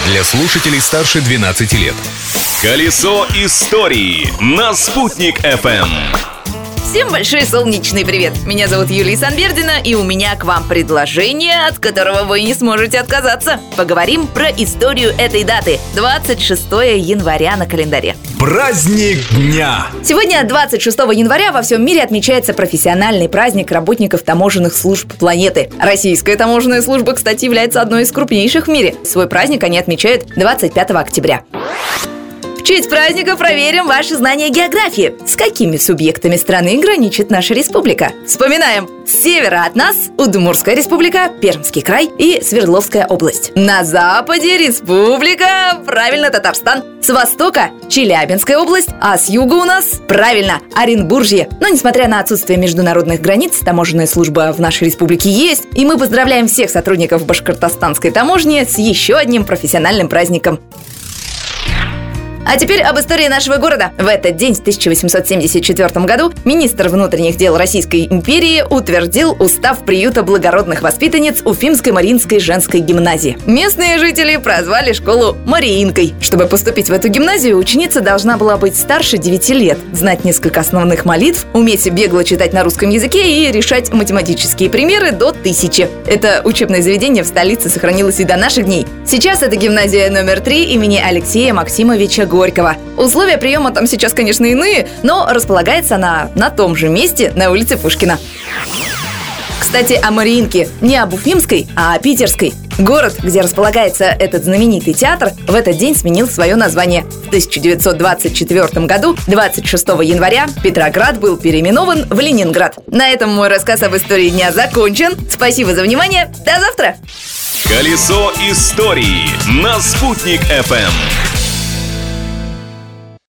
для слушателей старше 12 лет. Колесо истории на Спутник FM. Всем большой солнечный привет! Меня зовут Юлия Санбердина, и у меня к вам предложение, от которого вы не сможете отказаться. Поговорим про историю этой даты. 26 января на календаре. Праздник дня! Сегодня, 26 января, во всем мире отмечается профессиональный праздник работников таможенных служб планеты. Российская таможенная служба, кстати, является одной из крупнейших в мире. Свой праздник они отмечают 25 октября. В честь праздника проверим ваши знания географии. С какими субъектами страны граничит наша республика? Вспоминаем. С севера от нас Удмуртская республика, Пермский край и Свердловская область. На западе республика, правильно, Татарстан. С востока Челябинская область, а с юга у нас, правильно, Оренбуржье. Но несмотря на отсутствие международных границ, таможенная служба в нашей республике есть. И мы поздравляем всех сотрудников башкортостанской таможни с еще одним профессиональным праздником. А теперь об истории нашего города. В этот день, в 1874 году, министр внутренних дел Российской империи утвердил устав приюта благородных воспитанниц Уфимской Мариинской женской гимназии. Местные жители прозвали школу Мариинкой. Чтобы поступить в эту гимназию, ученица должна была быть старше 9 лет, знать несколько основных молитв, уметь бегло читать на русском языке и решать математические примеры до 1000. Это учебное заведение в столице сохранилось и до наших дней. Сейчас это гимназия номер 3 имени Алексея Максимовича Горького. Условия приема там сейчас, конечно, иные, но располагается она на том же месте, на улице Пушкина. Кстати, о Мариинке. Не об Уфимской, а о Питерской. Город, где располагается этот знаменитый театр, в этот день сменил свое название. В 1924 году, 26 января, Петроград был переименован в Ленинград. На этом мой рассказ об истории дня закончен. Спасибо за внимание. До завтра! Колесо истории на Спутник FM.